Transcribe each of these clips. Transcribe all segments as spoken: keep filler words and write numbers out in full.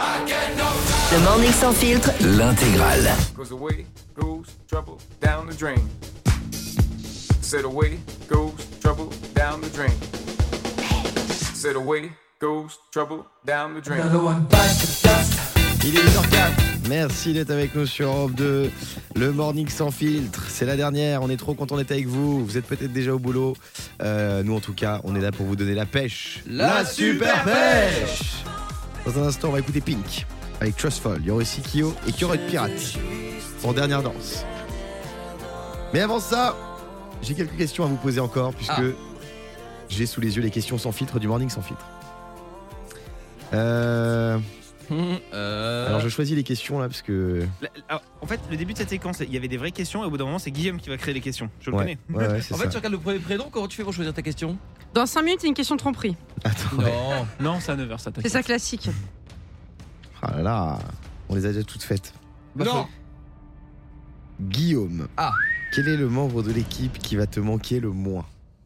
Le Morning Sans Filtre, l'intégrale. Goes away, goes trouble down the drain. Said away goes trouble down the drain. Said away goes trouble down the drain. Il est huit heures quatre. Merci d'être avec nous sur Europe deux. Le Morning Sans Filtre, c'est la dernière. On est trop content d'être avec vous. Vous êtes peut-être déjà au boulot. Euh, nous, en tout cas, on est là pour vous donner la pêche. La, la super pêche. pêche. Dans un instant, on va écouter Pink avec Trustful. Il y aura aussi Kyo et Kyo de Pirate en dernière danse. Mais avant ça, j'ai quelques questions à vous poser encore, puisque ah. j'ai sous les yeux les questions sans filtre du Morning Sans Filtre. Euh... Euh... Alors je choisis les questions là parce que... Alors, en fait le début de cette séquence il y avait des vraies questions et au bout d'un moment c'est Guillaume qui va créer les questions. Je le ouais. connais. Ouais, ouais, en ça. fait tu regardes le premier prénom, comment tu fais pour choisir ta question? Dans cinq minutes il y a une question tromperie. Attends. Non, ouais. non c'est à neuf heures ça t'inquiète. C'est ça classique. Ah là là, on les a déjà toutes faites. Bah, non faut... Guillaume. Ah. Quel est le membre de l'équipe qui va te manquer le moins?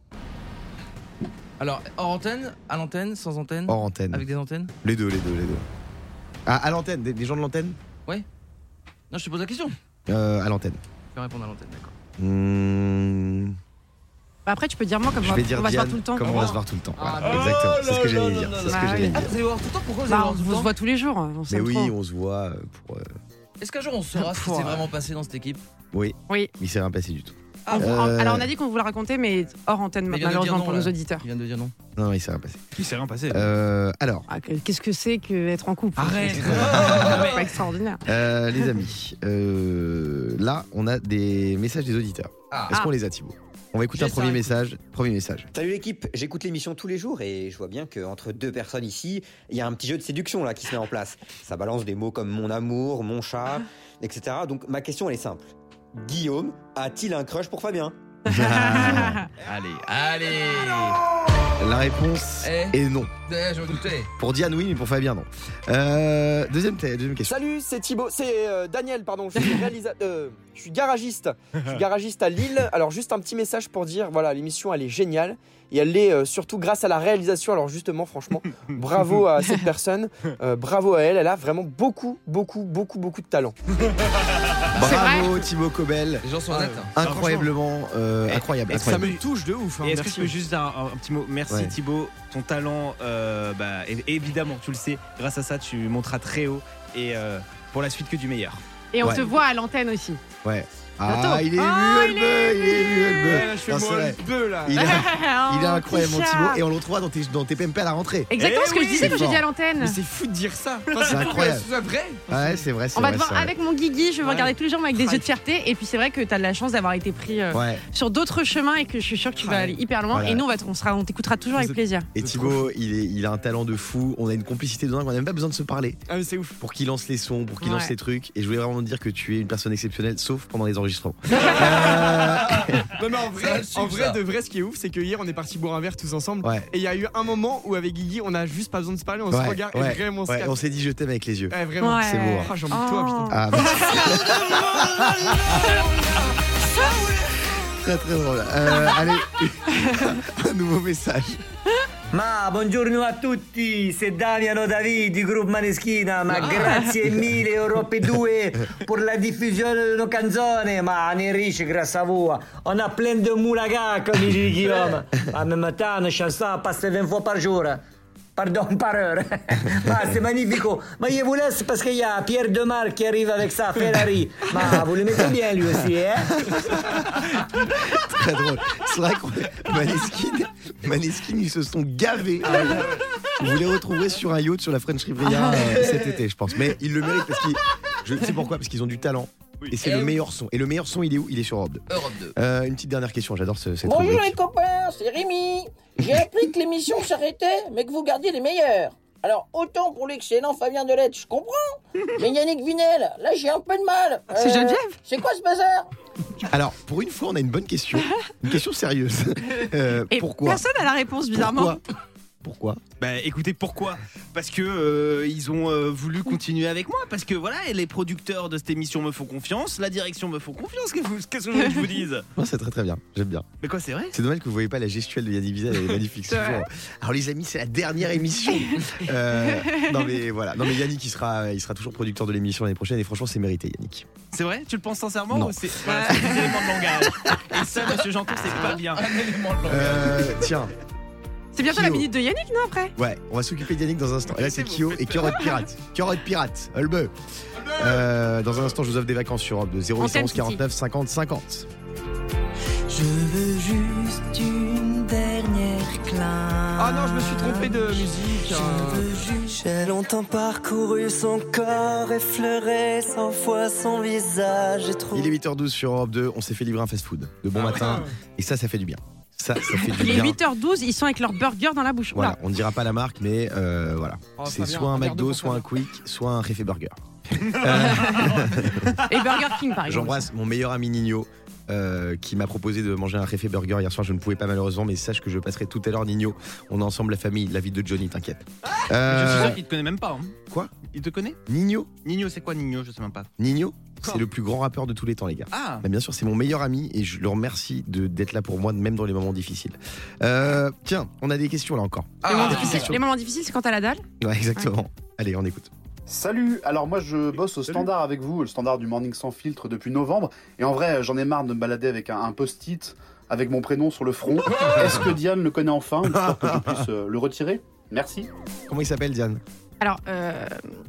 Alors hors antenne, à l'antenne, sans antenne? Hors antenne. Avec des antennes? Les deux, les deux, les deux. Ah, à l'antenne, des, des gens de l'antenne? Ouais. Non, je te pose la question. Euh, à l'antenne. Je vais répondre à l'antenne, d'accord. Mmh... Bah après, tu peux dire moi, comme je on, vais dire on va Diane, se voir tout le temps. Comme on va se voir tout le temps. Ah, voilà, oh exactement. là C'est ce que là j'allais là dire. là C'est ce là que là. j'allais Ah, dire. vous allez voir tout le temps? Pourquoi vous allez Bah, voir on tout le se temps? voit tous les jours. On Mais oui, trop. on se voit pour. Euh... Est-ce qu'un jour on saura ce qui s'est vraiment passé dans cette équipe? Oui. Oui. Il s'est rien passé du tout. Ah, euh... Alors on a dit qu'on vous le raconter, mais hors antenne, mais malheureusement non, pour là. nos auditeurs. Il vient de dire non. Non, il s'est rien passé. Il s'est rien passé. Euh, alors. Ah, qu'est-ce que c'est qu'être en couple? Arrête. C'est pas extraordinaire. Euh, les amis, euh, là, on a des messages des auditeurs. Ah. Est-ce Ah. qu'on les a, Thibaut? On va écouter J'ai un premier ça, message. Premier message. Salut l'équipe, j'écoute l'émission tous les jours et je vois bien qu'entre deux personnes ici, il y a un petit jeu de séduction là qui se met en place. Ça balance des mots comme mon amour, mon chat, et cetera. Donc ma question elle est simple. Guillaume a-t-il un crush pour Fabien? Allez, allez. La réponse Eh est non. Eh, je me doutais. Pour Diane, oui, mais pour Fabien, non. Euh, deuxième, deuxième question. Salut, c'est Thibaut, c'est euh, Daniel, pardon. Je suis réalisa- euh, je suis garagiste. Je suis garagiste à Lille. Alors juste un petit message pour dire, voilà, l'émission elle est géniale et elle l'est euh, surtout grâce à la réalisation. Alors justement, franchement, bravo à cette personne, euh, bravo à elle. Elle a vraiment beaucoup, beaucoup, beaucoup, beaucoup de talent. Bravo Thibaut Cobel. Les gens sont honnêtes. Incroyablement, euh, Eh, incroyable. est-ce que incroyable. ça me touche de ouf. Et est-ce que je peux juste dire un, un petit mot? Merci Ouais. Thibaut, ton talent, euh, bah, é- évidemment, tu le sais, grâce à ça, tu monteras très haut et euh, pour la suite que du meilleur. Et on Ouais. te voit à l'antenne aussi. Ouais. Ah, Bientôt. il est Ah, ému, il elle veut, il est ému, elle veut. je fais Non, c'est moi vrai. le peu là. Il a, Oh, il est incroyable, mon petit chat. Thibaut, et on le retrouvera dans tes, dans tes P M P à la rentrée. Exactement Eh ce que oui, je disais c'est quand j'ai dit fort. à l'antenne. Mais c'est fou de dire ça. C'est incroyable. C'est vrai. Ouais, c'est vrai, c'est On va vrai. te voir c'est vrai. avec mon Guigui, je vais Ouais. regarder tous les jours avec des Ouais. yeux de fierté. Et puis c'est vrai que tu as de la chance d'avoir été pris euh, Ouais. sur d'autres chemins et que je suis sûre que tu vas Ouais. aller hyper loin. Voilà. Et nous, on, va t- on, sera, on t'écoutera toujours avec Vous êtes- plaisir. Et Thibaut, il, est, il a un talent de fou. On a une complicité de dingue. On n'a même pas besoin de se parler Ah mais c'est ouf. pour qu'il lance les sons, pour qu'il Ouais. lance les trucs. Et je voulais vraiment te dire que tu es une personne exceptionnelle, sauf pendant les enregistrements. euh... Non mais en Ça vrai, le sucre, en vrai ça. de vrai, ce qui est ouf, c'est que hier on est parti boire un verre tous ensemble. Ouais. Et il y a eu un moment où avec Guigui, on a juste pas besoin de se parler, on se Ouais, regarde ouais, et vraiment on se ouais, capte. on s'est dit je t'aime avec les yeux. Ouais, vraiment. Ouais. C'est beau, hein. Ah, j'ai envie de toi, putain. Ah, merci. Très très drôle. Euh, allez, un nouveau message. Ma buongiorno a tutti, c'est Damiano David du groupe Maneschina, ma grazie mille Europe due pour la diffusion de nos canzoni, ma on est riche grâce à vous, on a plein de moulaga comme il dit Guillaume, en même temps nos chansons passent vingt fois par jour. Pardon, par heure. Ah, c'est magnifico. Mais je vous laisse parce qu'il y a Pierre Demar qui arrive avec sa Ferrari. Ma, vous le mettez bien lui aussi, hein? Très drôle. C'est vrai que Maneskin, Maneskin, ils se sont gavés. Vous les retrouverez sur un yacht sur la French Riviera euh, cet été, je pense. Mais ils le méritent parce qu'ils. Je sais pourquoi, parce qu'ils ont du talent. Et c'est Eh le oui. meilleur son. Et le meilleur son, il est où? Il est sur Europe deux. Europe deux. Euh, une petite dernière question, j'adore ce, cette Bonjour les rubrique. copains, c'est Rémi. J'ai appris que l'émission s'arrêtait, mais que vous gardiez les meilleurs. Alors, autant pour l'excellent Fabien Delette, je comprends. Mais Yannick Vinel, là j'ai un peu de mal. C'est Geneviève. C'est quoi ce bazar? Alors, pour une fois, on a une bonne question. Une question sérieuse. Euh, Et pourquoi personne n'a la réponse, bizarrement. Pourquoi Pourquoi ? Bah écoutez, pourquoi ? Parce que euh, ils ont euh, voulu continuer avec moi. Parce que voilà, les producteurs de cette émission me font confiance, la direction me font confiance. Qu'est-ce que vous- qu'est-ce que je veux que je vous dise ? Non, c'est très très bien, j'aime bien. Mais quoi, c'est vrai ? C'est dommage que vous voyez pas la gestuelle de Yannick Wiesel, elle est magnifique. C'est c'est vrai. toujours- Alors les amis, c'est la dernière émission. Euh, non mais voilà, non mais Yannick, il sera, il sera toujours producteur de l'émission l'année prochaine et franchement, c'est mérité, Yannick. C'est vrai ? Tu le penses sincèrement Non. ou c'est voilà, c'est des éléments de langage. Et ça, monsieur Janton, c'est pas bien. Un élément de langage. Euh, tiens, C'est bientôt Kyo. la minute de Yannick, non, après ouais, on va s'occuper de Yannick dans un instant. Et là, c'est Vous Kyo faites et Cœur de Pirate. Cœur de Pirate, Hulbe. Euh, dans un instant, je vous offre des vacances sur Europe de zéro huit onze quarante-neuf cinquante cinquante. Je veux juste une dernière claque. Ah non, je me suis trompé de musique. hein. J'ai longtemps parcouru son corps, effleuré cent fois son visage et trop. Il est huit heures douze sur Europe deux, on s'est fait livrer un fast-food de bon matin. Et ça, ça fait du bien. Ça, ça fait du Il est bien. huit heures douze, ils sont avec leur burger dans la bouche. Voilà, on ne dira pas la marque, mais euh, voilà. Oh, c'est Fabien, soit un un verre McDo, d'eau soit pour un Quick, soit un Réfé Burger. Oula. Et Burger King, par exemple. J'embrasse mon meilleur ami Nino. euh, qui m'a proposé de manger un Réfé Burger hier soir. Je ne pouvais pas malheureusement, mais sache que je passerai tout à l'heure Nino. On est ensemble la famille, la vie de Johnny, t'inquiète. Je suis Euh, sûr qu'il te connaît même pas. hein. Quoi ? Il te connaît ? Nino Nino, c'est quoi Nino ? Je sais même pas. Nino, Quoi c'est le plus grand rappeur de tous les temps, les gars. Ah Bah, bien sûr, c'est mon meilleur ami et je le remercie de- d'être là pour moi, même dans les moments difficiles. Euh, tiens, on a des questions là encore. Les moments Ah, difficiles, question. les moments difficiles, c'est quand t'as la dalle. Ouais, exactement. Allez, on écoute. Salut, alors moi je bosse au standard avec vous, le standard du Morning Sans Filtre depuis novembre, et en vrai j'en ai marre de me balader avec un, un post-it avec mon prénom sur le front. Est-ce que Diane le connaît enfin, histoire que je puisse euh, le retirer? Merci. Comment il s'appelle, Diane ? Alors, euh,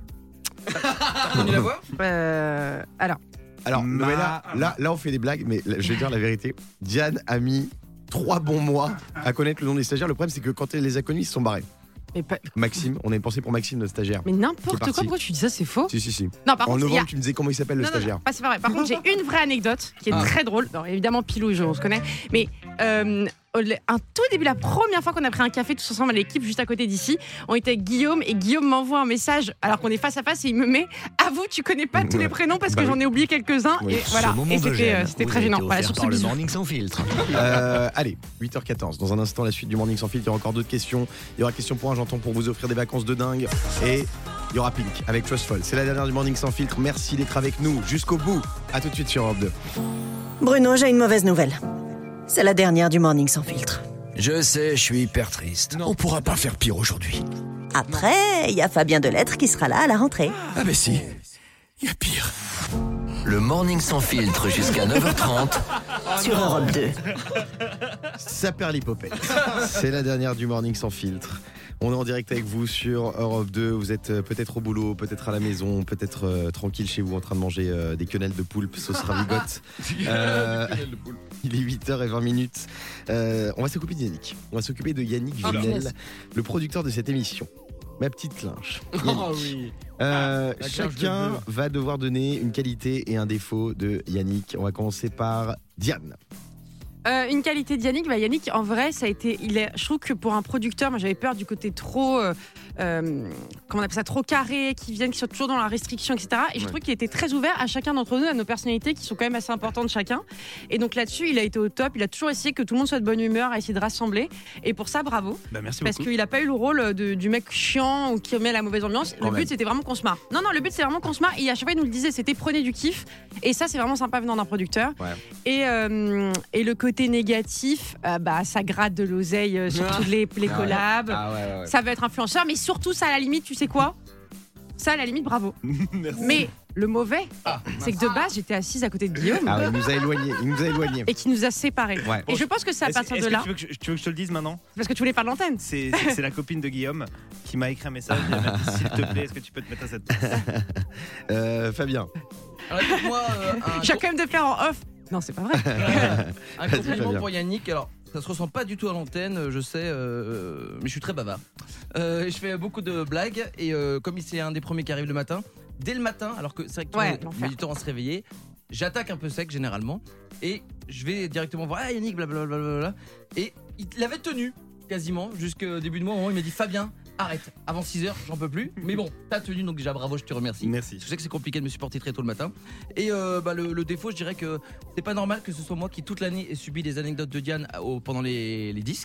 T'as reconnu la voix ? euh, alors, Alors, Ma- mais là, là, là, on fait des blagues, mais là, je vais dire la vérité. Diane a mis trois bons mois à connaître le nom des stagiaires. Le problème, c'est que quand elle les a connus, ils se sont barrés. mais, pas- Maxime, on a une pensée pour Maxime, notre stagiaire. mais C'est n'importe parti. quoi, pourquoi tu dis ça, c'est faux. Si, si, si. Non, par En contre, il y a- novembre, tu me disais comment il s'appelle le Non, non, non, stagiaire. pas, c'est pas vrai. Par contre, j'ai une vraie anecdote qui est Ah. très drôle. Non, évidemment, Pilou, je- on se connaît. Mais euh, au- un tout début, la première fois qu'on a pris un café tous ensemble à l'équipe, juste à côté d'ici, on était avec Guillaume et Guillaume m'envoie un message alors qu'on est face à face et il me met avoue, tu connais pas tous les prénoms parce que Bah oui. j'en ai oublié quelques-uns. Oui. Et voilà. Et c'était, euh, c'était très gênant. Voilà, sur ce bisou. Sans filtre. Euh, allez, huit heures quatorze. Dans un instant, la suite du Morning Sans Filtre. Il y aura encore d'autres questions. Il y aura question pour un j'entends pour vous offrir des vacances de dingue. Et il y aura Pink avec Trustful. C'est la dernière du Morning Sans Filtre. Merci d'être avec nous jusqu'au bout. À tout de suite sur Europe deux. Bruno, j'ai une mauvaise nouvelle. C'est la dernière du Morning Sans Filtre. Je sais, je suis hyper triste. On pourra pas faire pire aujourd'hui. Après, il y a Fabien Delettre qui sera là à la rentrée. Ah bah si, il y a pire. Le Morning Sans Filtre jusqu'à neuf heures trente. Sur Europe deux. Ça perd l'hypopète. C'est la dernière du Morning Sans Filtre. On est en direct avec vous sur Europe deux. Vous êtes euh, peut-être au boulot, peut-être à la maison, peut-être euh, tranquille chez vous en train de manger euh, des quenelles de poulpe sauce ravigote. Euh, il est huit heures vingt minutes. Euh, on va s'occuper de Yannick. On va s'occuper de Yannick Oh, Vinel, punaise. le producteur de cette émission. Ma petite clinche. Yannick. Oh oui. Euh, la clinche chacun de bœuf. va devoir donner une qualité et un défaut de Yannick. On va commencer par Diane. Euh, une qualité de Yannick, bah Yannick, en vrai, ça a été. Il est, je trouve que pour un producteur, moi j'avais peur du côté trop. Euh, euh, comment on appelle ça, trop carré, qui viennent, qui sont toujours dans la restriction, et cetera. Et je Ouais. trouve qu'il était très ouvert à chacun d'entre nous, à nos personnalités qui sont quand même assez importantes chacun. Et donc là-dessus, il a été au top. Il a toujours essayé que tout le monde soit de bonne humeur, à essayer de rassembler. Et pour ça, bravo. Bah merci Parce beaucoup. qu'il n'a pas eu le rôle de- du mec chiant ou qui met la mauvaise ambiance. Quand le même. but, c'était vraiment qu'on se marre. Non, non, le but, c'est vraiment qu'on se marre. Et à chaque fois, il nous le disait, c'était prenez du kiff. Et ça, c'est vraiment sympa venant d'un producteur. Ouais. Et, euh, et le côté négatif, euh, bah, ça gratte de l'oseille euh, sur toutes les, les Ah ouais. collabs. Ah ouais, ouais, ouais. Ça veut être influenceur, mais surtout, ça, à la limite, tu sais quoi? Ça, à la limite, bravo. Merci. Mais le mauvais, c'est que de base, j'étais assise à côté de Guillaume Ah ouais, il nous a éloignés. Il nous a éloignés. et qui nous a séparés. Ouais. Et je pense que c'est à Est-ce- partir est-ce de que là, Tu veux, que je, tu veux que je te le dise maintenant? parce que tu voulais faire de l'antenne. C'est c'est- c'est la copine de Guillaume qui m'a écrit un message. Elle m'a dit s'il te plaît, est-ce que tu peux te mettre à cette place? Euh, Fabien. Alors écoute-moi, euh, un, J'ai quand même de faire en off. Non, c'est pas vrai. un Vas-y, compliment Fabien. pour Yannick. Alors, ça se ressent pas du tout à l'antenne, euh, je sais, euh, mais je suis très bavard. Euh, je fais beaucoup de blagues et euh, comme c'est un des premiers qui arrive le matin, dès le matin, alors que c'est vrai que tout le Ouais, monde l'enfer. met du temps à se réveiller, j'attaque un peu sec généralement et je vais directement voir ah, Yannick, blablabla. Blablabla, et il avait tenu quasiment jusqu'au début de mois, au moment où il m'a dit Fabien, arrête, avant six heures, j'en peux plus. Mais bon, t'as tenu, donc déjà bravo, je te remercie. Merci. Je sais que c'est compliqué de me supporter très tôt le matin. Et euh, bah, le, le défaut, je dirais que c'est pas normal que ce soit moi qui toute l'année ai subi des anecdotes de Diane au- pendant les, les disques. Parce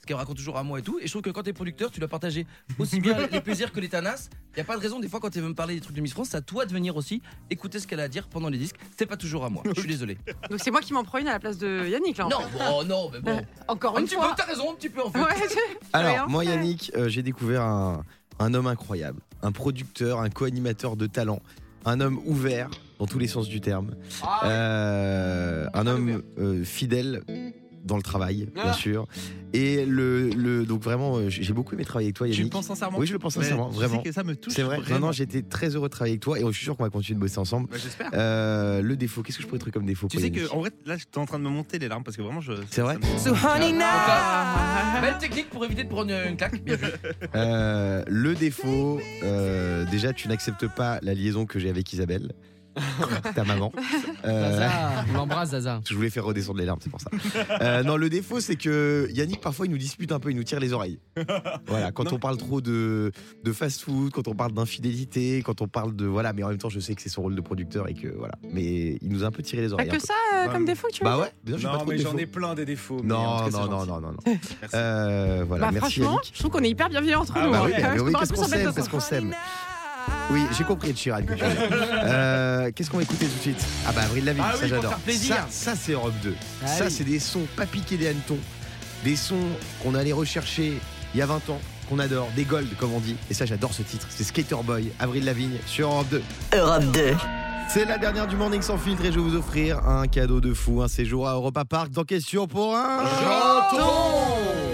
qu'elle raconte toujours à moi et tout. Et je trouve que quand t'es producteur, tu dois partager aussi bien les plaisirs que les tanasses. Y a pas de raison, des fois, quand elle veut me parler des trucs de Miss France, c'est à toi de venir aussi écouter ce qu'elle a à dire pendant les disques. C'est pas toujours à moi. Je suis désolé. Donc c'est moi qui m'en prends une à la place de Yannick là. En Non, fait. bon, non, mais bon. Encore Un une petit fois. peu, t'as raison, un petit peu en fait. Ouais, Alors, rien moi, fait. Yannick, euh, j'ai découvert un, un homme incroyable, un producteur, un co-animateur de talent, un homme ouvert dans tous les sens du terme, Ah, euh, un homme euh, fidèle dans le travail, bien Ah. sûr. Et le, le donc vraiment, euh, j'ai beaucoup aimé travailler avec toi, Tu Yannick. le penses sincèrement? Oui, je le pense Mais sincèrement, tu vraiment. sais que ça me touche. C'est vrai. vraiment. Non, non, j'étais très heureux de travailler avec toi et je suis sûr qu'on va continuer de bosser ensemble. Bah, j'espère. Euh, le défaut, qu'est-ce que je pourrais trouver comme défaut Tu pour sais Yannick que en vrai, là, j'étais en train de me monter les larmes parce que vraiment, je. C'est vrai. ça me- Ah, belle technique pour éviter de prendre une claque. Bien vu. Euh, le défaut, euh, déjà, tu n'acceptes pas la liaison que j'ai avec Isabelle, ta maman. Euh, Zaza, on l'embrasse, Zaza. je voulais faire redescendre les larmes, c'est pour ça. Euh, non, le défaut, c'est que Yannick, parfois, il nous dispute un peu, il nous tire les oreilles. Voilà, quand Non. on parle trop de, de fast-food, quand on parle d'infidélité, quand on parle de. Voilà, mais en même temps, je sais que c'est son rôle de producteur et que. Voilà. Mais il nous a un peu tiré les T'as oreilles. un que peu. ça euh, Bah, comme défaut que tu veux Bah dire ouais, bien sûr, j'ai pas Non, trop de mais j'en défauts. ai plein des défauts. mais en Non, tout cas, non, c'est non, gentil. non, non, non. Merci. Euh, voilà, Bah merci franchement, Yannick. je trouve qu'on est hyper bienveillants entre Ah nous. bah hein. oui, Euh, mais je oui, m'aurais qu'est-ce pu qu'on s'en mettre s'aime, de parce ça. qu'on s'aime. Oui, j'ai compris Ed Sheeran. que tu veux dire. Euh, Qu'est-ce qu'on va écouter tout de suite? Ah bah Avril Lavigne, Ah ça oui, pour j'adore. faire plaisir. Ça, ça c'est Europe deux. Ah ça oui. c'est des sons pas piqués des hannetons, des sons qu'on allait rechercher il y a vingt ans, qu'on adore, des gold comme on dit. Et ça j'adore ce titre, c'est Skater Boy, Avril Lavigne sur Europe deux. Europe deux. C'est la dernière du Morning sans filtre et je vais vous offrir un cadeau de fou, un séjour à Europa Park dans question pour un Janton.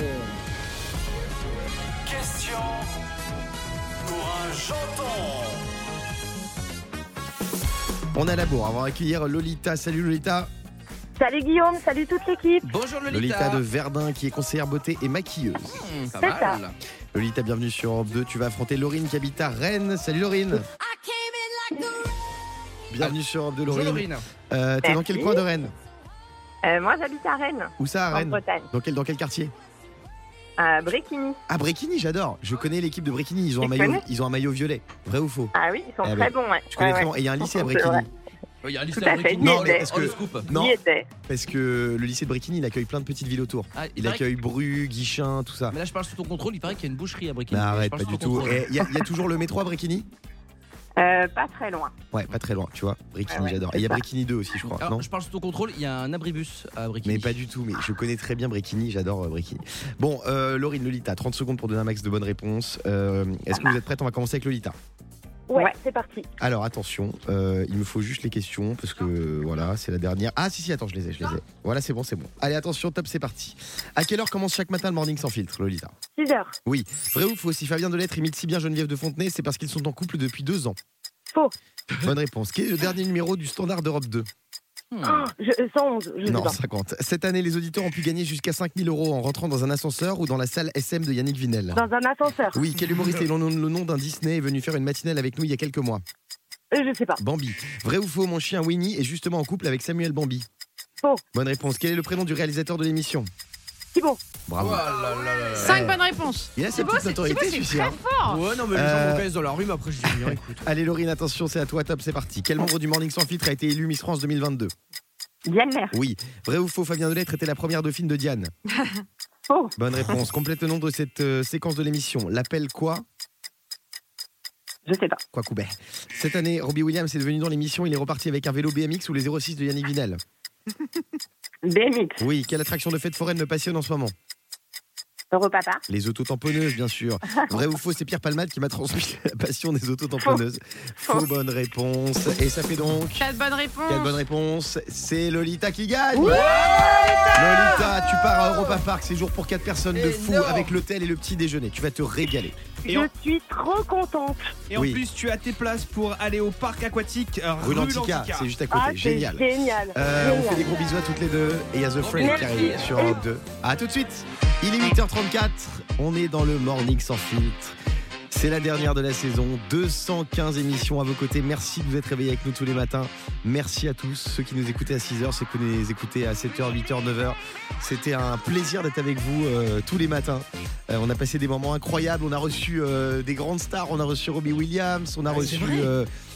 Question pour un janton. On a la bourre avant d'accueillir Lolita. Salut Lolita. Salut Guillaume, salut toute l'équipe. Bonjour Lolita. Lolita de Verdun qui est conseillère beauté et maquilleuse. Mmh, pas C'est mal. ça. Lolita, bienvenue sur Europe deux. Tu vas affronter Laurine qui habite à Rennes. Salut Laurine. Bienvenue sur Europe deux, Bonjour Laurine. Laurine. Euh, T'es dans quel Merci. coin de Rennes? Euh, moi j'habite à Rennes, Où ça à en Rennes? Bretagne, Dans quel, dans quel quartier? à Bréquigny. Ah, Bréquigny, j'adore. Je connais l'équipe de Bréquigny. Ils ont, un Tu maillot, connais ils ont un maillot violet. Vrai ou faux? Ah oui, ils sont Ah très ouais. bons, ouais. Je connais Ouais, très ouais. bien. Et il y a un lycée à C'est Bréquigny. vrai. Il y a un lycée Tout à à fait, Bréquigny. j'y Non, étais. parce Oh, le que- scoop. Non, J'y étais. parce que le lycée de Bréquigny, il accueille plein de petites villes autour. Ah, Il paraît accueille Bru, Guichin, tout ça. que- Mais là, je parle sous ton contrôle. Il paraît qu'il y a une boucherie à Bréquigny. Mais Je arrête, parle pas sous du ton tout. contrôle. Et il y, a- il y a toujours le métro à Bréquigny? Euh, pas très loin. Ouais, pas très loin, tu vois. Bréquigny, Ouais, ouais, j'adore. c'est Et il y a ça. Bréquigny deux aussi, je crois. Alors, non je parle sous ton contrôle. Il y a un abribus à Bréquigny. Mais pas du tout, mais je connais très bien Bréquigny, j'adore euh, Bréquigny. Bon, euh, Laurine, Lolita, trente secondes pour donner un max de bonnes réponses. Euh, Est-ce que vous êtes prête? On va commencer avec Lolita. Ouais, c'est parti. Alors attention, euh, il me faut juste les questions parce que voilà, c'est la dernière. Ah si si, attends, je les ai, je les ai. Voilà, c'est bon, c'est bon. Allez, attention, top, c'est parti. À quelle heure commence chaque matin le morning sans filtre, Lolita? six heures. Oui. Vrai ou faux? Si Fabien Delettre imite si bien Geneviève de Fontenay, c'est parce qu'ils sont en couple depuis deux ans. Faux. Bonne réponse. Quel est le dernier numéro du Standard d'Europe deux? Hmm. Oh, je, euh, cent onze, je Non, sais pas. cinquante. Cette année, les auditeurs ont pu gagner jusqu'à cinq mille euros en rentrant dans un ascenseur ou dans la salle S M de Yannick Vinel. Dans un ascenseur. Oui, quel humoriste est le nom, le nom d'un Disney est venu faire une matinale avec nous il y a quelques mois? Euh, je sais pas. Bambi. Vrai ou faux, mon chien Winnie est justement en couple avec Samuel Bambi? Faux. Bonne réponse. Quel est le prénom du réalisateur de l'émission? Thibaut. Bravo. Oh là là là là. Cinq bonnes réponses. Il a sa Thibaut, petite c'est notoriété, Thibaut, c'est celui-ci, très hein. fort. Ouais, non, mais les Euh, gens me connaissent dans la rue, mais après, je dis rien, écoute. Allez, Laurine, attention, c'est à toi, top, c'est parti. Quel membre du Morning Sans Filtre a été élu Miss France deux mille vingt-deux? Diane Lair. Oui. Vrai ou faux, Fabien Delettre était la première dauphine de Diane? Faux. Bonne réponse. Complète le nom de cette euh, séquence de l'émission. L'appel quoi? Je sais pas. Quoi coubet. Cette année, Robbie Williams est devenu dans l'émission. Il est reparti avec un vélo B M X ou les zéro six de Yannick Vinel. B M X. Oui. Quelle attraction de fête foraine me passionne en ce moment? Europapa. Les autotamponneuses, bien sûr. Vrai ou faux, c'est Pierre Palmade qui m'a transmis la passion des autotamponneuses. Faux. Faux, bonne réponse. Et ça fait donc Quatre bonnes réponses. quatre bonnes réponses. C'est Lolita qui gagne. Ouais, Lolita, tu pars à Europa Park. C'est jour pour quatre personnes de fou Énorme. avec l'hôtel et le petit déjeuner. Tu vas te régaler. Et Je en, suis trop contente. et en Oui. plus, tu as tes places pour aller au parc aquatique euh, Rue rue Lantica, Lantica. c'est juste à côté. Ah, c'est Génial. génial. Euh, on Génial. fait des gros bisous à toutes les deux. Et il y a The Friend qui Merci. arrive sur Europe deux. A tout de suite. Il est huit heures trente-quatre. On est dans le Morning Sans Filtre. C'est la dernière de la saison. deux cent quinze émissions à vos côtés. Merci de vous être réveillés avec nous tous les matins. Merci à tous ceux qui nous écoutaient à six heures, ceux qui nous écoutaient à sept heures, huit heures, neuf heures. C'était un plaisir d'être avec vous euh, tous les matins. Euh, on a passé des moments incroyables. On a reçu euh, des grandes stars. On a reçu Robbie Williams. On a Ouais, c'est reçu vrai. euh,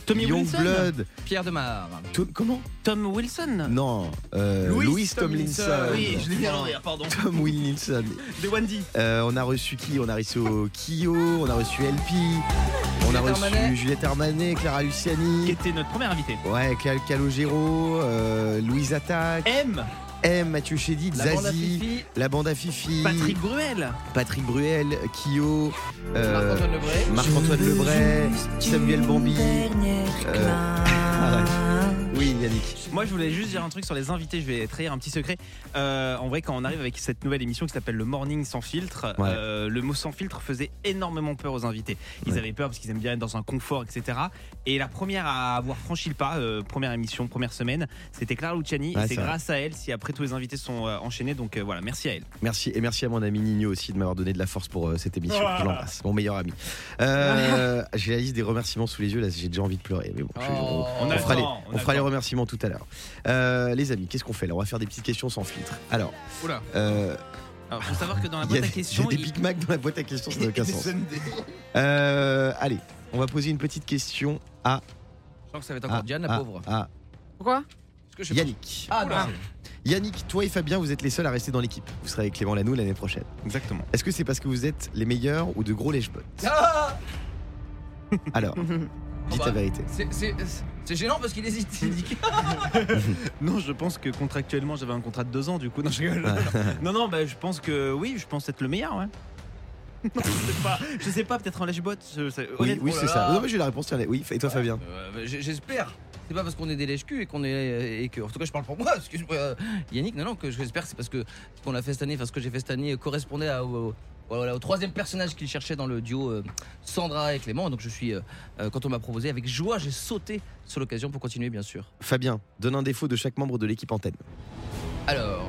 Tommy Wilson. Youngblood. Pierre Demar. To- comment Tom Wilson. Non, euh, Louis Louis Tomlinson. Tomlinson. Oui, je l'ai mis à l'envers, pardon. Tom Wilson. De Wendy. Euh, on a reçu qui On a reçu Kyo, on a reçu L P, on a Juliette reçu Armanet. Juliette Armanet, Clara Qui Luciani, était notre première invitée. ouais, Cal- Calogero, euh, Louise Attaque, M. M, Mathieu Chédid, La bande à Zazie, Fifi. la bande à Fifi, Patrick Bruel. Patrick Bruel, Kyo, euh, Marc-Antoine Lebray. Marc-Antoine Lebray, Samuel Bambi. Euh, arrête. Oui, Yannick. Moi, je voulais juste dire un truc sur les invités. Je vais trahir un petit secret. Euh, en vrai, quand on arrive avec cette nouvelle émission qui s'appelle le Morning sans filtre, Ouais. euh, le mot sans filtre faisait énormément peur aux invités. Ils Ouais. avaient peur parce qu'ils aiment bien être dans un confort, et cetera. Et la première à avoir franchi le pas, euh, première émission, première semaine, c'était Clara Luciani. Ouais, et c'est c'est vrai. grâce à elle si après tous les invités sont euh, enchaînés. Donc euh, voilà, merci à elle. Merci et merci à mon ami Nino aussi de m'avoir donné de la force pour euh, cette émission. Je l'embrasse, mon meilleur ami. Euh, j'ai la liste des remerciements sous les yeux là, j'ai déjà envie de pleurer. Mais bon, je- Oh. on, On on a fera, le les, temps, on on a fera le les temps. remerciements tout à l'heure. Euh, les amis, qu'est-ce qu'on fait là On va faire des petites questions sans filtre. Alors, Oula. euh, Alors, faut savoir que dans la il y a boîte à des, questions, il y a des il- Big Mac dans la boîte à questions, ça n'a aucun Des sens. Sundays. Euh, allez, on va poser une petite question à, Je sens que ça va être encore à, Diane, la à- pauvre. à Pourquoi Parce que je sais Yannick. pas. Ah, non. Yannick, toi et Fabien, vous êtes les seuls à rester dans l'équipe. Vous serez avec Clément Lanoux l'année prochaine. Exactement. Est-ce que c'est parce que vous êtes les meilleurs ou de gros lèche-bottes Ah Alors, dites bah, la vérité. c'est- c'est c'est gênant parce qu'il hésite. Il dit que- Non, je pense que contractuellement, j'avais un contrat de deux ans, du coup. Non, je rigole. non, non, bah, je pense que oui, je pense être le meilleur, ouais. je sais pas, je sais pas, peut-être en lèche-bot. je- c'est- Oui, honnêtement, oui, oh c'est là ça. là. Non, mais j'ai la réponse. Tiens, allez. Oui, et toi, Fabien Euh, j'- J'espère. C'est pas parce qu'on est des lèche-cul et qu'on est et que en tout cas je parle pour moi. Excuse-moi, euh, Yannick. Non, non, que j'espère c'est parce que ce qu'on a fait cette année, enfin ce que j'ai fait cette année correspondait à, au, au- voilà, au troisième personnage qu'il cherchait dans le duo euh, Sandra et Clément. Donc je suis, euh, euh, quand on m'a proposé, avec joie, j'ai sauté sur l'occasion pour continuer, bien sûr. Fabien, donne un défaut de chaque membre de l'équipe antenne. Alors,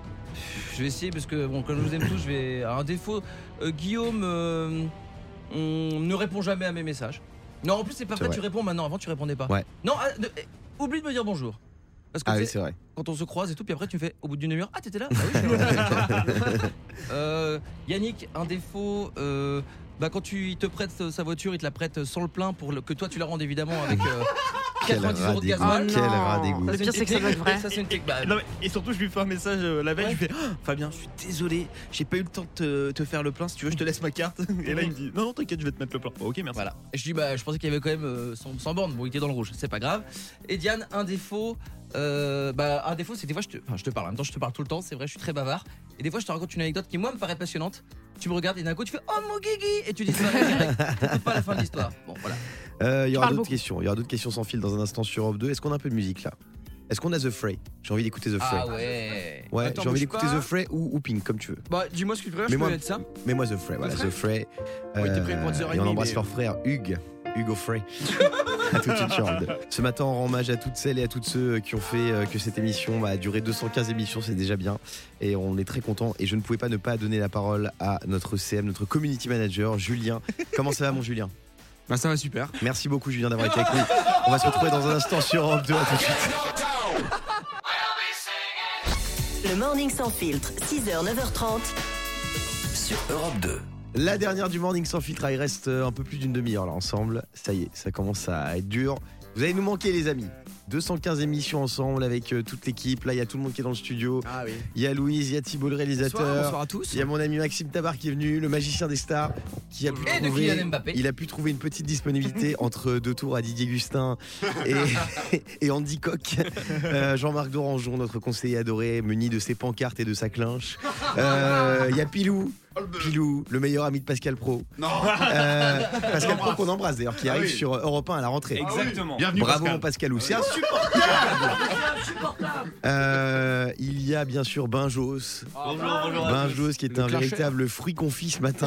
je vais essayer parce que bon, comme je vous aime tous, je vais. Alors, un défaut, euh, Guillaume euh, on ne répond jamais à mes messages. Non, en plus c'est pas C'est vrai, vrai. tu réponds maintenant. Avant tu répondais pas. Ouais. Non, ah, ne- eh, oublie de me dire bonjour. Parce que Ah tu oui, sais, c'est vrai. quand on se croise et tout, puis après tu me fais au bout d'une demi-heure, ah t'étais là. Ah oui, je suis là. Euh, Yannick, un défaut. euh, bah quand tu il te prête sa voiture, il te la prête sans le plein pour le- que toi tu la rendes évidemment avec euh, Quel quatre-vingt-dix euros de rat gasoil. d'égout. Quel rat d'égout. Le pire, c'est que ça doit être vrai. Ça c'est une technique. Bah, Non, mais- et surtout, je lui fais un message euh, la veille. Ouais. Je lui fais oh, Fabien, je suis désolé, j'ai pas eu le temps de te, te faire le plein. Si tu veux, je te laisse ma carte. Et là, il me dit non, non, t'inquiète, je vais te mettre le plein. Bon, ok, merci. Voilà. Et je dis bah je pensais qu'il y avait quand même euh, sans, sans borne. Bon, il était dans le rouge, c'est pas grave. Et Diane, un défaut. euh, bah un défaut, c'est que des fois je te, enfin je te parle. En même temps, je te parle tout le temps. C'est vrai, je suis très bavard. Et des fois, je te raconte une anecdote qui moi me paraît passionnante. Tu me regardes et d'un coup tu fais oh mon guigui et tu dis ça direct. T'écoutes pas la fin de l'histoire. Bon voilà. Euh, Il y aura parles d'autres beaucoup. questions. Il y aura d'autres questions sans fil dans un instant sur Europe deux. Est-ce qu'on a un peu de musique là Est-ce qu'on a The Fray J'ai envie d'écouter The Fray. Ah ouais. Ouais, Attends, j'ai envie bouge d'écouter pas. The Fray ou, ou Pink, comme tu veux. Bah, dis-moi ce que tu préfères, je Mais peux moi, mettre ça. Mets-moi The Fray, voilà, The The Fray. Ouais, t'es prêt pour dix heures et on trente, embrasse mais- leur frère Hugues. Hugo Frey. À tout de suite sur Europe deux. Ce matin, on rend hommage à toutes celles et à tous ceux qui ont fait euh, que cette émission bah, a duré deux cent quinze émissions, c'est déjà bien. Et on est très content. Et je ne pouvais pas ne pas donner la parole à notre C M, notre community manager, Julien. Comment ça va, mon Julien? Bah, ça va super. Merci beaucoup, Julien, d'avoir été avec nous. On va se retrouver dans un instant sur Europe deux. À tout de suite. Le Morning Sans Filtre, six heures, neuf heures trente. Sur Europe deux. La dernière du Morning Sans Filtre, il reste un peu plus d'une demi-heure là ensemble. Ça y est, ça commence à être dur. Vous allez nous manquer, les amis. deux cent quinze émissions ensemble avec euh, toute l'équipe. Là, il y a tout le monde qui est dans le studio. Ah oui. Il y a Louise, il y a Thibault le réalisateur. Bonsoir, bonsoir à tous. Il y a mon ami Maxime Tabar qui est venu, le magicien des stars, qui a pu Et de trouver, Kylian Mbappé. il a pu trouver une petite disponibilité entre deux tours à Didier Gustin et, et Andy Coq. Euh, Jean-Marc Dorangeon, notre conseiller adoré, muni de ses pancartes et de sa clinche. Euh, Il y a Pilou. Pilou, le meilleur ami de Pascal Pro. Non. Euh, Pascal Pro qu'on embrasse d'ailleurs, qui Ah arrive oui. sur Europe un à la rentrée. Exactement. Bienvenue, Bravo Pascal. mon Pascalou, c'est insupportable. Euh, il y a bien sûr Benjos. Bonjour, bonjour. Benjos qui est Le un clasher. véritable fruit confit ce matin.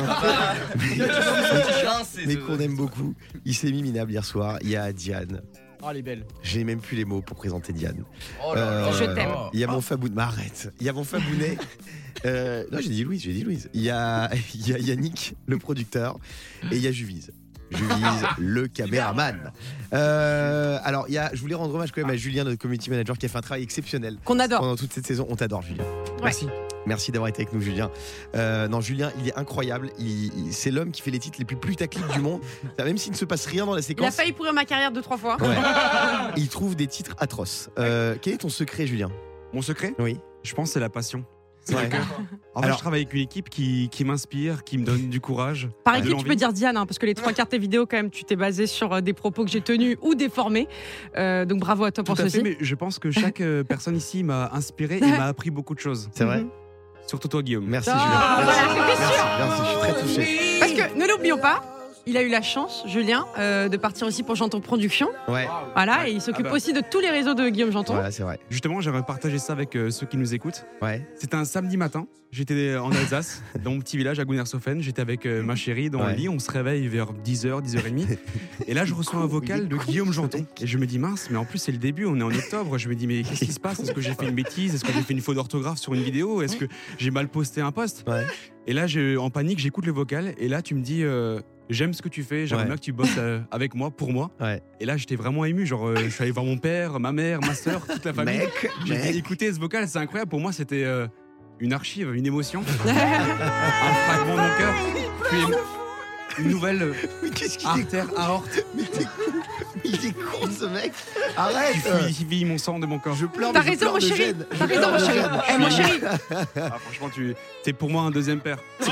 C'est mais qu'on aime beaucoup. Il s'est mis minable hier soir. Il y a Diane. Oh, elle est belle. J'ai même plus les mots pour présenter Diane. Oh là là. Euh, Je t'aime. Il y a mon Fabounet. Mais arrête. Il y a mon Fabounet. Euh, non, j'ai dit Louise, j'ai dit Louise. Il y a, il y a Yannick, le producteur, et il y a Juvise. Juvise, le caméraman. Euh, alors, il y a, je voulais rendre hommage quand même à Julien, notre community manager, qui a fait un travail exceptionnel Qu'on adore. pendant toute cette saison. On t'adore, Julien. Ouais. Merci. Merci d'avoir été avec nous, Julien. Euh, non, Julien, il est incroyable. Il, il- c'est l'homme qui fait les titres les plus putaclic du monde. Même s'il ne se passe rien dans la Il a séquence, failli pourrir ma carrière deux, trois fois. Ouais. il trouve des titres atroces. Euh, quel est ton secret, Julien? Mon secret, Oui. je pense, c'est la passion. C'est Ouais. le cœur. En fait, Alors- je travaille avec une équipe qui, qui m'inspire, qui me donne du courage. Par de équipe, tu l'envie. peux dire Diane, hein, parce que les trois quarts de tes vidéos, quand même, tu t'es basé sur euh, des propos que j'ai tenus ou déformés. Euh, donc bravo à toi Tout pour à ceci. fait, mais je pense que chaque euh, personne ici m'a inspiré et m'a appris beaucoup de choses. C'est vrai. Surtout toi, Guillaume. Merci, Ah, Julien. voilà, Merci, c'était sûr. merci, merci, je suis très touché. Parce que ne l'oublions pas, il a eu la chance, Julien, euh, de partir aussi pour Janton Production. Ouais, Voilà, et il s'occupe Ah bah. aussi de tous les réseaux de Guillaume Janton. voilà, c'est vrai. Justement, j'aimerais partager ça avec euh, ceux qui nous écoutent. Ouais. C'était un samedi matin. J'étais en Alsace, dans mon petit village à Gunnershofen. J'étais avec euh, ma chérie dans Ouais. le lit. On se réveille vers dix heures, dix heures trente. Et là, je reçois un vocal de Guillaume Janton. Et je me dis, mince, mais en plus, c'est le début. On est en octobre. Je me dis, mais qu'est-ce qui se passe? Est-ce que j'ai fait une bêtise? Est-ce que j'ai fait une faute d'orthographe sur une vidéo? Est-ce que j'ai mal posté un post? Ouais. Et là, je, en panique, j'écoute le vocal. Et là, tu me dis, euh, j'aime ce que tu fais. J'aimerais Ouais. bien que tu bosses euh, avec moi, pour moi. Ouais. Et là, j'étais vraiment ému. Genre, euh, je suis allé voir mon père, ma mère, ma soeur, toute la famille. Mec, J'ai mec. écouté ce vocal, c'est incroyable. Pour moi, c'était euh, une archive, une émotion, un fragment de mon cœur. Puis une nouvelle euh, Mais qu'est-ce qu'il est artère, aorte Mais t'es- Il est con, ce mec. Arrête. qui fluidifie mon sang de mon corps. Je pleure, T'as mais je raison, pleure mon de chéri. gêne. T'as Je raison, pleure mon de chéri. gêne. Eh, mon chéri. Ah, franchement, tu es pour moi un deuxième père. C'est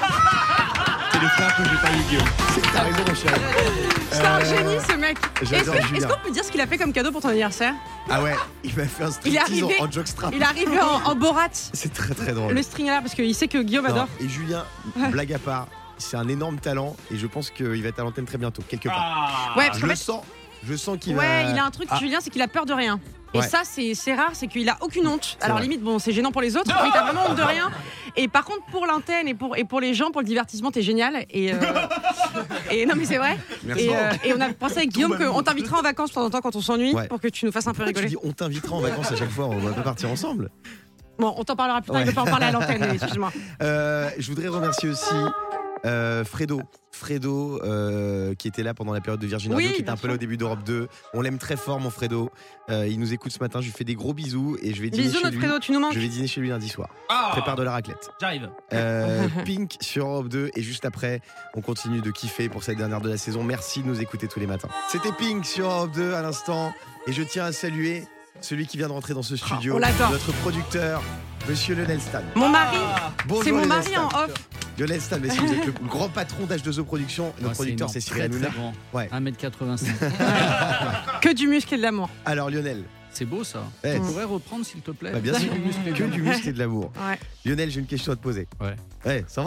le frère que j'ai pas eu, Guillaume. C'est- T'as raison, mon chéri. C'est un Euh, génie, ce mec. Est-ce j'adore que- est-ce Julien. qu'on peut dire ce qu'il a fait comme cadeau pour ton anniversaire? Ah ouais, il m'a fait un Il est striptease arrivé- en, en jockstrap. Il est arrivé en, en Borat. C'est très très drôle. Le string là, parce qu'il sait que Guillaume Non, adore. et Julien, blague à part, c'est un énorme talent et je pense qu'il va être à l'antenne très bientôt, quelque part. Ouais, parce je qu'en le fait- sens, je sens qu'il Ouais, va. il a un truc, Ah, Julien, c'est qu'il a peur de rien. Et Ouais. ça, c'est c'est rare, c'est qu'il a aucune honte. Alors, vrai. limite, bon, c'est gênant pour les autres, mais t'as vraiment honte de rien. Et par contre, pour l'antenne et pour, et pour les gens, pour le divertissement, t'es génial. Et, euh, et non, mais c'est vrai. Merci. Et, euh, et on a pensé avec Guillaume qu'on t'invitera en vacances de temps en temps quand on s'ennuie Ouais. pour que tu nous fasses un peu pourquoi tu rigoler. dis on t'invitera en vacances à chaque fois, on va pas partir ensemble. Bon, on t'en parlera plus tard, Ouais. il veut pas en parler à l'antenne, excuse-moi. Euh, je voudrais remercier aussi euh, Fredo. Fredo, euh, qui était là pendant la période de Virgin Oui, Radio, qui était bien un peu sûr. là au début d'Europe deux. On l'aime très fort, mon Fredo. Euh, il nous écoute ce matin. Je lui fais des gros bisous et je vais dîner Bisous, chez notre lui. Fredo, tu nous manques. Je vais dîner chez lui lundi soir. Ah, Prépare de la raclette. J'arrive. Euh, Pink sur Europe deux et juste après, on continue de kiffer pour cette dernière de la saison. Merci de nous écouter tous les matins. C'était Pink sur Europe deux à l'instant et je tiens à saluer celui qui vient de rentrer dans ce studio, on l'adore. notre producteur, Monsieur Lionel Stan. Mon mari, Bonjour, c'est mon Lionel mari Stan. en off. Lionel Stan, mais si vous êtes le grand patron d'H deux O Productions, notre Ah, producteur c'est c'est énorme, Cyril très, Hanouna. très grand. Ouais. un mètre quatre-vingt-cinq. Que du muscle et de l'amour. Alors Lionel, C'est beau ça. Eh, Tu pourrais reprendre s'il te plaît. bah, bien sûr, Du muscle et de que l'amour. du muscle et de l'amour. Ouais. Lionel, j'ai une question à te poser. Ouais. Ouais, ça va?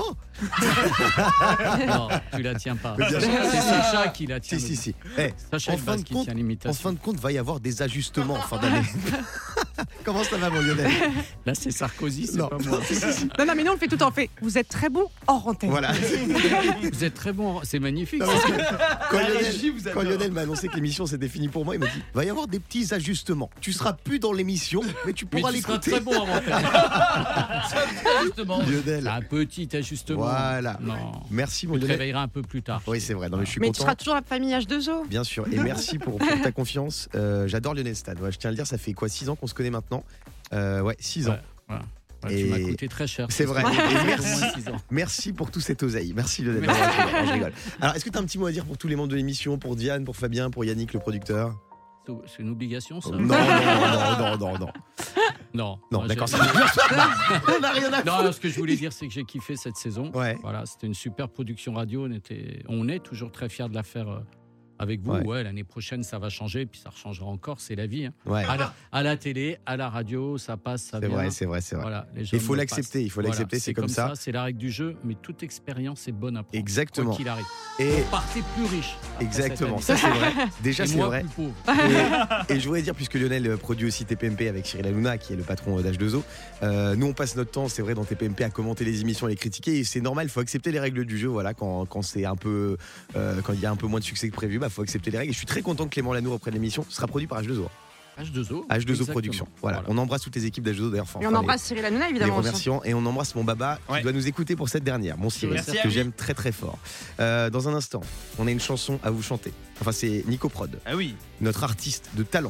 Non, tu la tiens pas. Mais bien sûr. C'est Sacha qui la tient. Si, si, si. Eh, Sacha en Elbaz fin de qui compte, tient en l'imitation. fin de compte, va y avoir des ajustements en fin d'année. Comment ça va, mon Lionel? Là, c'est Sarkozy, c'est Non. pas moi. Non, non, mais nous, on le fait tout en fait. Vous êtes très bon hors antenne. Voilà. Vous êtes très bon, c'est magnifique. Non, parce que quand La Lionel, régie, vous quand adore. Lionel m'a annoncé que l'émission c'était fini pour moi, il m'a dit va y avoir des petits ajustements. Tu seras plus dans l'émission, mais tu Mais pourras tu seras l'écouter. très bon en antenne. Justement. Lionel. Un petit ajustement. Voilà. Non. Merci, mon Tu te Lionel. réveilleras un peu plus tard. Oui, c'est vrai. Non, mais je suis Mais tu content. seras toujours la famille H deux O. Bien sûr. Et merci pour, pour ta confiance. Euh, J'adore Lionel Stan. Ouais, je tiens à le dire, ça fait quoi, six ans qu'on se connaît maintenant. Euh, ouais, six ans. Ouais, voilà. Ouais, Et Tu m'as coûté très cher. c'est vrai. Au Et moins merci. six ans. Merci pour tout cet oseille. Merci Lionel. Merci. Non, je rigole, non, je rigole. Alors, est-ce que tu as un petit mot à dire pour tous les membres de l'émission, pour Diane, pour Fabien, pour Yannick, le producteur? C'est une obligation, ça Non, non, non, non, non, non. Non. Non, Moi, d'accord, j'ai- c'est On n'a rien à Non, foutre. ce que je voulais dire, c'est que j'ai kiffé cette saison. Ouais. Voilà, c'était une super production radio. On, était, on est toujours très fiers de la faire euh, avec vous. Ouais. Ouais, l'année prochaine, ça va changer, puis ça rechangera encore. C'est la vie. hein. Ouais. À, la, à la télé, à la radio, ça passe, ça C'est vient. vrai, c'est vrai, c'est vrai. Voilà, les Il gens faut le l'accepter, passent. il faut Voilà, l'accepter, c'est comme ça. C'est la règle du jeu, mais toute expérience est bonne à prendre. Exactement. Quoi qu'il arrive. Et Vous partez plus riche. après exactement, cette ça année. c'est vrai. Déjà Et c'est moi, vrai. plus pauvre. Et, et je voudrais dire, puisque Lionel euh, produit aussi T P M P avec Cyril Hanouna, qui est le patron d'H deux O, euh, nous on passe notre temps, c'est vrai, dans T P M P à commenter les émissions, à les critiquer, et c'est normal, il faut accepter les règles du jeu. Voilà, quand, quand c'est un peu, euh, quand il y a un peu moins de succès que prévu, bah faut accepter les règles. Et je suis très content que Clément Lanoux reprenne l'émission. Ce sera produit par H deux O. H deux O. H deux O exactement. Production. Voilà. Voilà. on embrasse toutes les équipes d'H deux O d'ailleurs. Enfin, Et on enfin, embrasse Cyril Hanouna, les, les évidemment. aussi. remercions et on embrasse mon baba Ouais. qui doit nous écouter pour cette dernière, mon Cyril, Merci à que lui. j'aime très très fort. Euh, dans un instant, on a une chanson à vous chanter. Enfin, c'est Nico Prod, Ah oui. notre artiste de talent,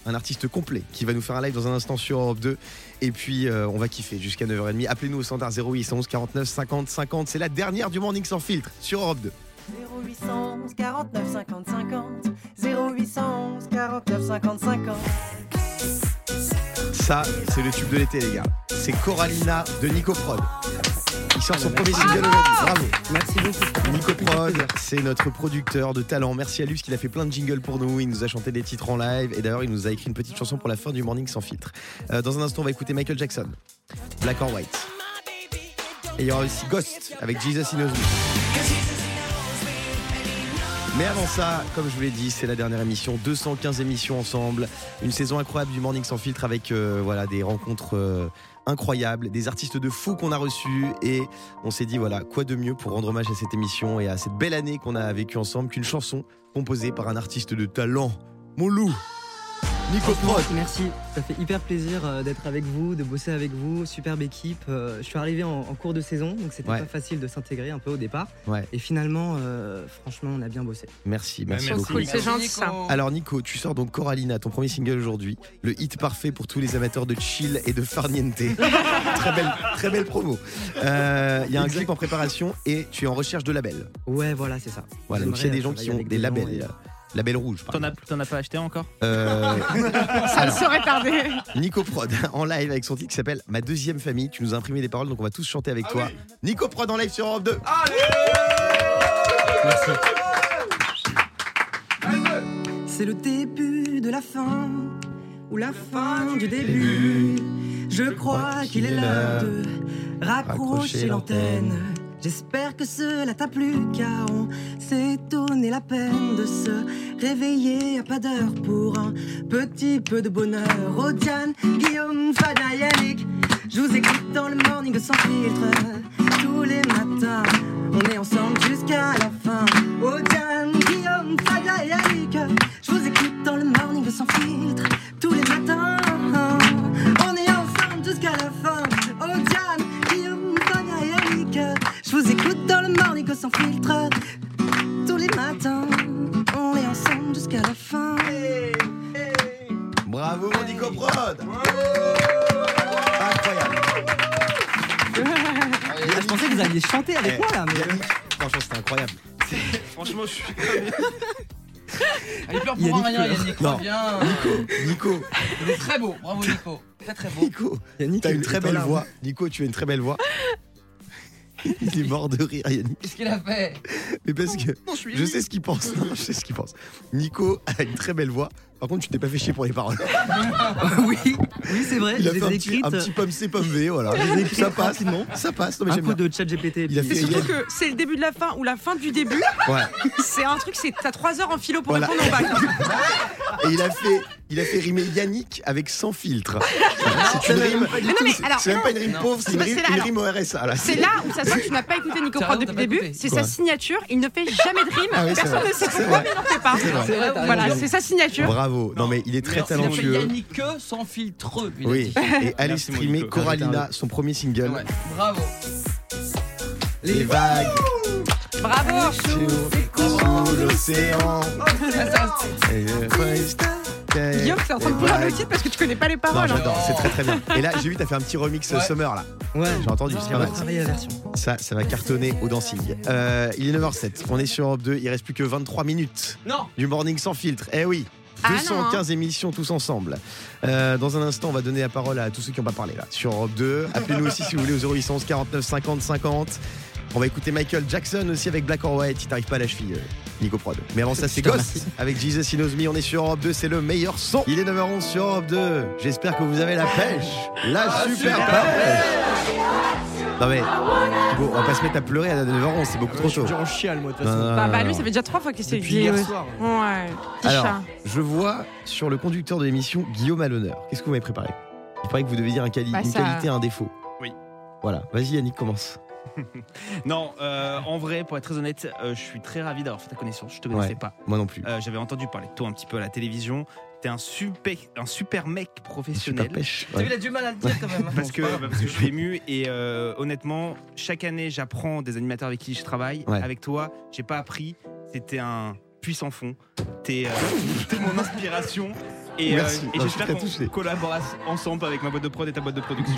un artiste complet qui va nous faire un live dans un instant sur Europe deux. Et puis euh, on va kiffer jusqu'à neuf heures trente. Appelez-nous au standard zéro huit cent onze quarante-neuf cinquante cinquante. C'est la dernière du Morning Sans Filtre sur Europe deux. zéro huit cent onze quarante-neuf cinquante cinquante. zéro huit cent onze quarante-neuf cinquante cinquante. Ça, c'est le tube de l'été, les gars. C'est Coralina de Nico Prod. Il sort son premier single aujourd'hui. Bravo. Merci beaucoup. Nico Prod, c'est notre producteur de talent. Merci à lui parce qu'il a fait plein de jingles pour nous. Il nous a chanté des titres en live. Et d'ailleurs, il nous a écrit une petite chanson pour la fin du Morning Sans Filtre. Euh, dans un instant, on va écouter Michael Jackson, Black or White. Et il y aura aussi Ghost avec Jesus Knows Me. Mais avant ça, comme je vous l'ai dit, c'est la dernière émission, deux cent quinze émissions ensemble, une saison incroyable du Morning Sans Filtre avec euh, voilà, des rencontres euh, incroyables, des artistes de fou qu'on a reçus et on s'est dit voilà, quoi de mieux pour rendre hommage à cette émission et à cette belle année qu'on a vécue ensemble qu'une chanson composée par un artiste de talent, mon loup, Nico Prod. Merci, ça fait hyper plaisir euh, d'être avec vous, de bosser avec vous, superbe équipe. Euh, je suis arrivé en, en cours de saison, donc c'était Ouais. pas facile de s'intégrer un peu au départ. Ouais. Et finalement, euh, franchement, on a bien bossé. Merci, merci, Merci. beaucoup. Cool, c'est gentil, ça. Alors Nico, tu sors donc Coralina, ton premier single aujourd'hui, le hit parfait pour tous les amateurs de chill et de farniente. très belle, très belle promo. Euh, Il y a un Exact. clip en préparation et tu es en recherche de label. Ouais, voilà, c'est ça. Voilà, donc il y a des gens qui ont des labels, label rouge. Par T'en as, t'en as pas acheté encore Euh, Ça ne saurait tarder. Nico Prod en live avec son titre qui s'appelle Ma deuxième famille. Tu nous as imprimé des paroles donc on va tous chanter avec toi. Nico Prod en live sur Europe deux. Merci. C'est le début de la fin, ou la fin du début. Je crois qu'il est l'heure de raccrocher l'antenne. J'espère que cela t'a plu, car on s'est donné la peine de se réveiller à pas d'heure pour un petit peu de bonheur. Oh Diane, Guillaume, Fabien, Yannick, je vous écoute dans le Morning Sans Filtre tous les matins. On est ensemble jusqu'à la fin. Oh Diane, Guillaume, Fabien, Yannick, je vous écoute dans le Morning Sans Filtre tous les matins. On est ensemble jusqu'à la fin. Oh Diane, Guillaume, Fabien, Yannick, je vous écoute dans le Morning Sans Filtre tous les matins. On est ensemble jusqu'à la fin. Bravo mon Nico Prod. Incroyable. Ah, je pensais que vous alliez chanter avec Eh, moi là. Mais... Yannick, franchement c'était incroyable. Franchement, je suis. Il pleure pour rien, Yannick. Non. Bien. Nico, Nico, Il est très beau. Bravo, Nico. Très, très beau. Nico, t'as une très belle voix. Nico, tu as une très belle voix. Il est mort de rire, Yannick. Qu'est-ce qu'il a fait? Mais parce que Non, je suis je sais ce qu'il pense. Non, je sais ce qu'il pense. Nico a une très belle voix. Par contre, tu t'es pas fait chier pour les paroles. oui, oui c'est vrai. Il a je fait les un ai petit, écrites. un petit pomme C, pomme V, voilà. Je les ai écrites Ça passe, rapidement. ça passe. Non, mais Un j'aime coup bien. de chat G P T. Il a C'est fait- surtout il a- que c'est le début de la fin ou la fin du début. Ouais. C'est un truc, c'est t'as trois heures en philo pour Voilà. répondre au bac. Et il a fait, il a fait rimer Yannick avec sans filtre. C'est une Mais rime. non, mais alors, C'est même pas une rime non. pauvre, c'est C'est une pas- rime, c'est là, une alors, rime au R S A. Là. C'est là où ça se voit que tu n'as pas écouté Nico T'as Prod raison, depuis t'as le pas début. écouté. C'est Quoi sa signature. Il ne fait jamais de rime. Ah oui, c'est Personne vrai. ne sait C'est pourquoi, vrai. mais il n'en fait pas. C'est vrai. C'est vrai, t'as Voilà, raison. c'est sa signature. Bravo. Non mais il est très Merci, il talentueux. fait Yannick sans filtre. il a Oui. dit. Et allez Merci, mon streamer Nico. Coralina, son premier single. Ouais. Bravo. Les vagues Bravo. sous l'océan. Et je- Guillaume, t'es en train de pleurer le titre parce que tu connais pas les Non, paroles. hein. j'adore, c'est très très bien. Et là, j'ai vu, t'as fait un petit remix Ouais. Summer là. Ouais, J'ai entendu, c'est pas mal. travailler la version. Ça, ça va cartonner au dancing. Euh, il est neuf heures zéro sept, on est sur Europe deux, il reste plus que vingt-trois minutes Non. du Morning Sans Filtre. Eh oui, Ah deux cent quinze non, émissions tous ensemble. Euh, dans un instant, on va donner la parole à tous ceux qui n'ont pas parlé là sur Europe deux. Appelez-nous aussi si vous voulez au zéro huit cent onze quarante-neuf cinquante cinquante. On va écouter Michael Jackson aussi avec Black or White. Si t'arrives pas à la cheville, euh, Nico Prod. Mais avant ça, c'est Je te Ghost remercie. avec Jesus Knows Me. On est sur Europe deux, c'est le meilleur son. Il est neuf heures onze sur Europe deux. J'espère que vous avez la pêche. La super pêche. Non mais, Thibaut, on va pas se mettre à pleurer à neuf heures onze, c'est beaucoup trop tôt. Je suis en chiale, moi, de toute Non, façon. non, Bah, non, bah non, lui, non. ça fait déjà trois fois qu'il s'est Depuis dit. hier Ouais. soir. Ouais. Petit Alors, chat. je vois sur le conducteur de l'émission Guillaume à l'honneur. Qu'est-ce que vous m'avez préparé? Il paraît que vous devez dire un quali- Bah, une ça- qualité, un défaut. Oui. Voilà, vas-y Yannick, commence. Non, euh, en vrai, pour être très honnête, euh, je suis très ravi d'avoir fait ta connaissance. Je te connaissais Ouais. pas. Moi non plus. Euh, J'avais entendu parler de toi un petit peu à la télévision. T'es un super, un super mec Super professionnel. pêche. T'as vu, Ouais. il a du mal à le dire quand même. Parce que, bah, parce que je suis ému et euh, honnêtement, chaque année, j'apprends des animateurs avec qui je travaille. Ouais. Avec toi, j'ai pas appris. C'était un puits sans fond. T'es, euh, t'es mon inspiration. Et, euh, Merci. et Non, j'espère je suis qu'on très touché. collaborera ensemble avec ma boîte de prod et ta boîte de production.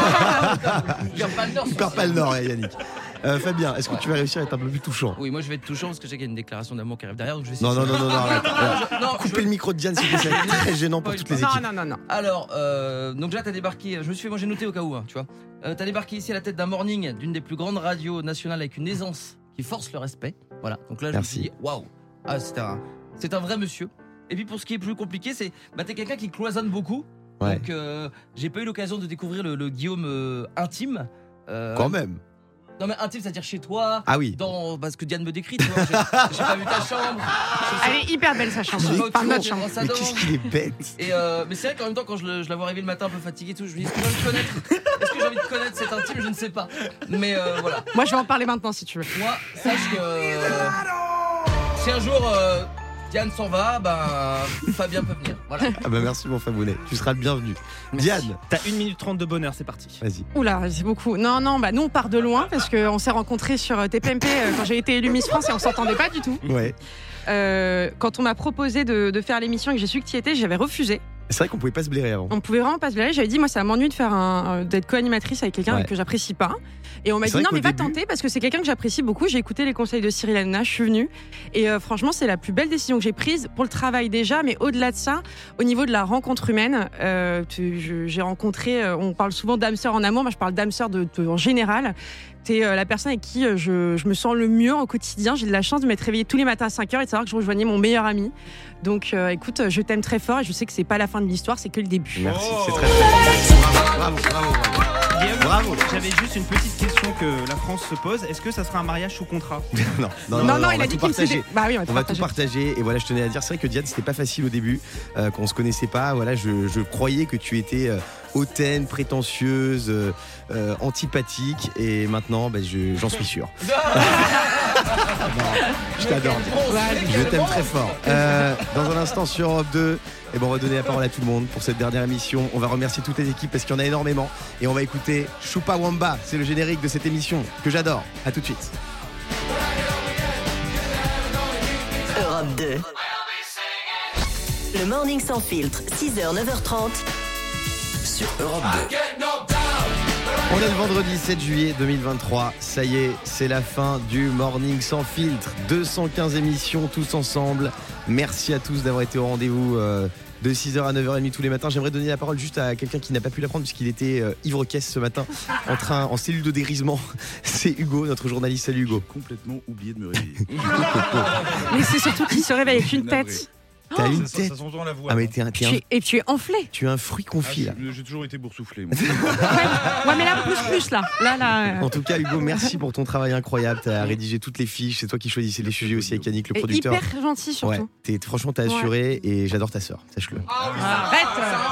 Il perd pas le nord. Il perd pas le nord, hein, Yannick. Euh, Fabien, est-ce que tu vas réussir à être un peu plus touchant? Oui, moi je vais être touchant parce que je sais qu'il y a une déclaration d'amour qui arrive derrière. Donc je vais essayer Non, non, de- non, non, non, arrête. Je- non, Coupez je- le micro de Diane, s'il vous plaît, c'est très gênant pour toutes les Non, équipes. non, non, non. Alors, euh, donc là, t'as débarqué. Je me suis fait, moi j'ai noté au cas où, hein, tu vois. Euh, t'as débarqué ici à la tête d'un morning d'une des plus grandes radios nationales avec une aisance qui force le respect. Voilà. Donc là, je Merci. me suis dit, waouh, ah, c'est un, c'est un vrai monsieur. Et puis pour ce qui est plus compliqué, c'est, bah, t'es quelqu'un qui cloisonne beaucoup. Ouais. Donc, euh, j'ai pas eu l'occasion de découvrir le, le Guillaume euh, intime. Euh, Quand même. Non mais intime, c'est-à-dire chez toi. Ah oui. Dans, parce que Diane me décrit, tu vois. J'ai, j'ai pas vu ta chambre. Elle est hyper belle sa chambre. Je sais pas Enfin, où notre tu chambre. brosse à Mais dents. qu'est-ce qu'il est bête. Et euh, mais c'est vrai qu'en même temps, quand je, le- je la vois arriver le matin un peu fatigué et tout, je me dis, est-ce que j'ai envie de connaître Est-ce que j'ai envie de connaître cet intime Je ne sais pas. Mais euh, voilà. Moi, je vais en parler maintenant si tu veux. Moi, sache que euh, si un jour euh, Diane s'en va, ben Fabien peut venir. Voilà. Ah bah merci mon Fabonnet, tu seras le bienvenu. Diane, T'as une minute trente de bonheur, c'est parti. vas-y. Oula, c'est beaucoup. Non, non, bah nous on part de loin parce qu'on s'est rencontrés sur T P M P euh, quand j'ai été élue Miss France et on s'entendait pas du tout. Ouais. Euh, quand on m'a proposé de, de faire l'émission et que j'ai su que tu y étais, j'avais refusé. C'est vrai qu'on pouvait pas se blairer avant. On pouvait vraiment pas se blairer. J'avais dit, moi, ça m'ennuie de faire un, euh, d'être co-animatrice avec quelqu'un Ouais. que j'apprécie pas. Et on m'a C'est dit, vrai non, qu'au mais va début- tenter parce que c'est quelqu'un que j'apprécie beaucoup. J'ai écouté les conseils de Cyril Hanouna, je suis venue. Et euh, franchement, c'est la plus belle décision que j'ai prise pour le travail déjà. Mais au-delà de ça, au niveau de la rencontre humaine, euh, tu- je- j'ai rencontré, euh, on parle souvent d'âme sœur en amour. Moi, je parle d'âme sœur de, de- en général. T'es euh, la personne avec qui euh, je, je me sens le mieux au quotidien. J'ai de la chance de m'être réveillée tous les matins à cinq heures et de savoir que je rejoignais mon meilleur ami. Donc, euh, écoute, je t'aime très fort et je sais que c'est pas la fin de l'histoire, c'est que le début. Merci, c'est très très bravo, bravo, bravo, bravo. Guillaume, Bravo. J'avais juste une petite question que la France se pose. Est-ce que ça sera un mariage sous contrat? non, non, Non, non, on il va a dit tout qu'il me partager. faisait- Bah oui, on va tout On va tout partager. partager. Et voilà, je tenais à dire, c'est vrai que Diane, c'était pas facile au début, euh, qu'on se connaissait pas. Voilà, je, je croyais que tu étais euh, hautaine, prétentieuse, euh, euh, antipathique. Et maintenant, bah, je- j'en suis sûr. Je t'adore. Je t'aime très fort. Euh, dans un instant sur Europe deux, eh ben on va donner la parole à tout le monde pour cette dernière émission. On va remercier toutes les équipes parce qu'il y en a énormément. Et on va écouter Chupa Wamba. C'est le générique de cette émission que j'adore. À tout de suite. Europe deux. Le Morning Sans Filtre, six heures, neuf heures trente. Sur Europe deux. On est le vendredi sept juillet deux mille vingt-trois. Ça y est, c'est la fin du Morning Sans Filtre. deux cent quinze émissions tous ensemble. Merci à tous d'avoir été au rendez-vous euh, de six heures à neuf heures trente tous les matins. J'aimerais donner la parole juste à quelqu'un qui n'a pas pu la prendre puisqu'il était euh, ivre-caisse ce matin en train, en cellule de dégrisement. C'est Hugo, notre journaliste. Salut Hugo. Complètement oublié de me réveiller. Mais c'est surtout qu'il se réveille avec une tête. T'as une Ça- tête. Ça s'entend à la voix. Ah mais t'es un, t'es Tu un- es- et tu es enflé. tu es un fruit confit là. Ah, j'ai- J'ai toujours été boursouflé. moi. Ouais, mais là, plus, plus, là. Là, là. euh, En tout cas, Hugo, merci pour ton travail incroyable. T'as rédigé toutes les fiches. C'est toi qui choisissais les sujets aussi avec Yannick, le Et producteur. hyper gentil, surtout. Ouais, t'es, franchement, t'as assuré et j'adore ta sœur, sache-le. Arrête.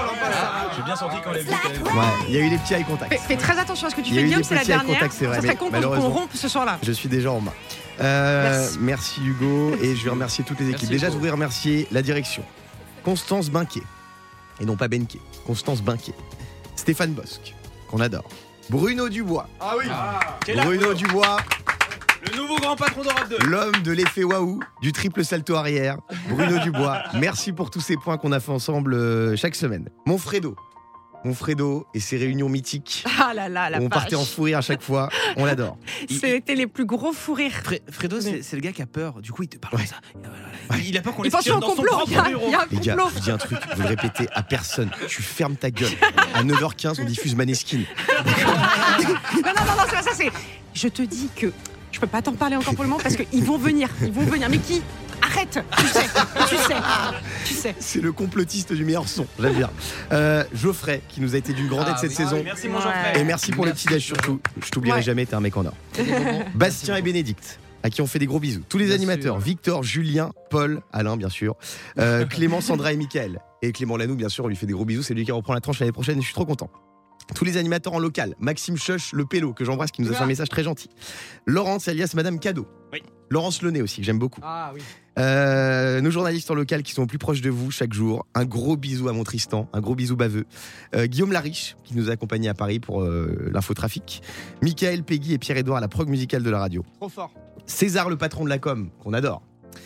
J'ai bien senti quand elle est venue qu'elle avait- Ouais, il y a eu les petits eye contact. Fais, fais très attention à ce que tu Il y a fais, eu Guillaume, des c'est la petits eye dernière. contact, c'est vrai, Ça serait mais con qu'on- qu'on malheureusement- rompe ce soir-là. Je suis déjà en main. Euh, Merci. merci Hugo et je vais remercier toutes les équipes. Merci, Déjà, Hugo. je voudrais remercier la direction. Constance Binquet, et non pas Benquet, Constance Binquet. Stéphane Bosque, qu'on adore. Bruno Dubois. Ah oui Qui est là, Bruno Dubois, Le nouveau grand patron d'Europe deux. l'homme de l'effet waouh, du triple salto arrière. Bruno Dubois, merci pour tous ces points qu'on a fait ensemble euh, chaque semaine. Mon Fredo. Mon Fredo et ses réunions mythiques. Ah là là, la On partait en vache. fou rire à chaque fois. On l'adore. C'était les plus gros fous rires. Fre- Fredo, c'est c'est le gars qui a peur. Du coup, il te parle comme ça. Il a peur qu'on Il pense l'espionne au dans son complot. Il y propre a- bureau. il y a un Les gars, complot. je vous dis un truc, vous le répétez à personne. Tu fermes ta gueule. À neuf heures quinze, on diffuse Maneskin. Non, non, non, non, c'est pas ça, c'est. Je te dis que je peux pas t'en parler encore pour le moment parce qu'ils vont venir. Ils vont venir. Mais qui? Arrête. Tu sais. Tu sais. Tu sais. C'est le complotiste du meilleur son. J'aime bien. Euh, Geoffrey, qui nous a été d'une grande aide Ah cette oui. saison. Merci, mon Ouais. Jean-Frère. Et merci pour les petits dash surtout. Je t'oublierai Ouais. jamais, t'es un mec en or. Bastien et Bénédicte, à qui on fait des gros bisous. Tous les Bien animateurs, sûr. Victor, Julien, Paul, Alain, bien sûr, euh, Clément, Sandra et Mickaël. Et Clément Lanoux, bien sûr, on lui fait des gros bisous. C'est lui qui reprend la tranche l'année prochaine et je suis trop content. Tous les animateurs en local, Maxime Choche, le Pélo, que j'embrasse, qui nous a fait un message très gentil. Laurence, alias Madame Cadeau. Oui. Laurence Launay aussi, que j'aime beaucoup. Ah oui. Euh, nos journalistes en local qui sont au plus proches de vous chaque jour. Un gros bisou à mon Tristan, un gros bisou baveux. Euh, Guillaume Lariche, qui nous a accompagnés à Paris pour euh, l'infotrafic. Michael, Peggy et Pierre-Édouard, la prog musicale de la radio. Trop fort. César, le patron de la com, qu'on adore.